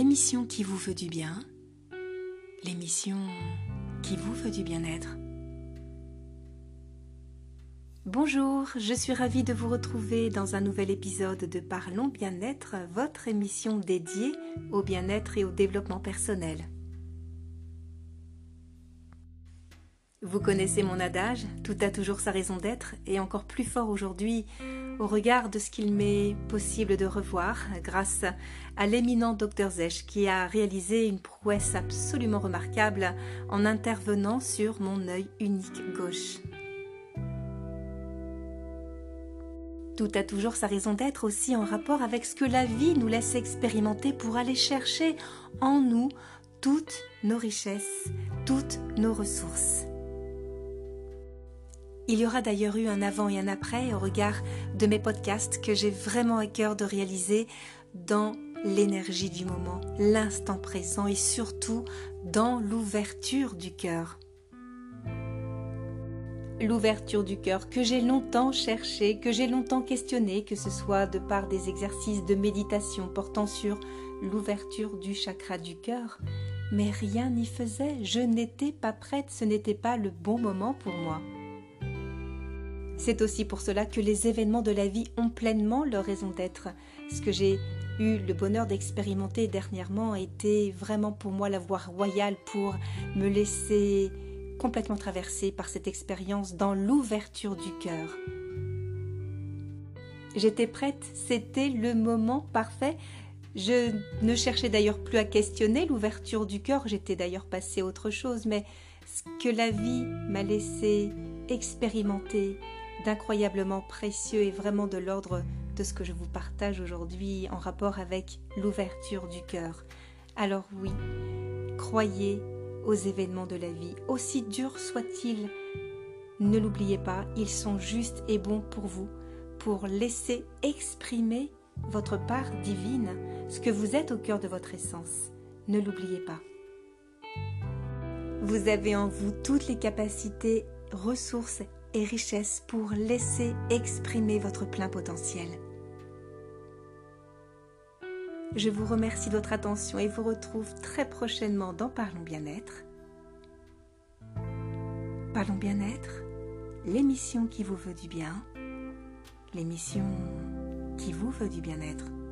l'émission qui vous veut du bien, l'émission qui vous veut du bien-être. Bonjour, je suis ravie de vous retrouver dans un nouvel épisode de Parlons Bien-être, votre émission dédiée au bien-être et au développement personnel. Vous connaissez mon adage, tout a toujours sa raison d'être, et encore plus fort aujourd'hui au regard de ce qu'il m'est possible de revoir grâce à l'éminent Dr Zesch qui a réalisé une prouesse absolument remarquable en intervenant sur mon œil unique gauche. Tout a toujours sa raison d'être aussi en rapport avec ce que la vie nous laisse expérimenter pour aller chercher en nous toutes nos richesses, toutes nos ressources. Il y aura d'ailleurs eu un avant et un après au regard de mes podcasts que j'ai vraiment à cœur de réaliser dans l'énergie du moment, l'instant présent et surtout dans l'ouverture du cœur. L'ouverture du cœur que j'ai longtemps cherchée, que j'ai longtemps questionnée, que ce soit de par des exercices de méditation portant sur l'ouverture du chakra du cœur, mais rien n'y faisait, je n'étais pas prête, ce n'était pas le bon moment pour moi. C'est aussi pour cela que les événements de la vie ont pleinement leur raison d'être. Ce que j'ai eu le bonheur d'expérimenter dernièrement était vraiment pour moi la voie royale pour me laisser complètement traversée par cette expérience dans l'ouverture du cœur. J'étais prête, c'était le moment parfait. Je ne cherchais d'ailleurs plus à questionner l'ouverture du cœur, j'étais d'ailleurs passée à autre chose, mais ce que la vie m'a laissé expérimenter d'incroyablement précieux et vraiment de l'ordre de ce que je vous partage aujourd'hui en rapport avec l'ouverture du cœur. Alors oui, croyez aux événements de la vie, aussi durs soient-ils, ne l'oubliez pas, ils sont justes et bons pour vous, pour laisser exprimer votre part divine, ce que vous êtes au cœur de votre essence. Ne l'oubliez pas. Vous avez en vous toutes les capacités, ressources et richesses pour laisser exprimer votre plein potentiel. Je vous remercie de votre attention et vous retrouve très prochainement dans Parlons Bien-être. Parlons Bien-être, l'émission qui vous veut du bien, l'émission qui vous veut du bien-être.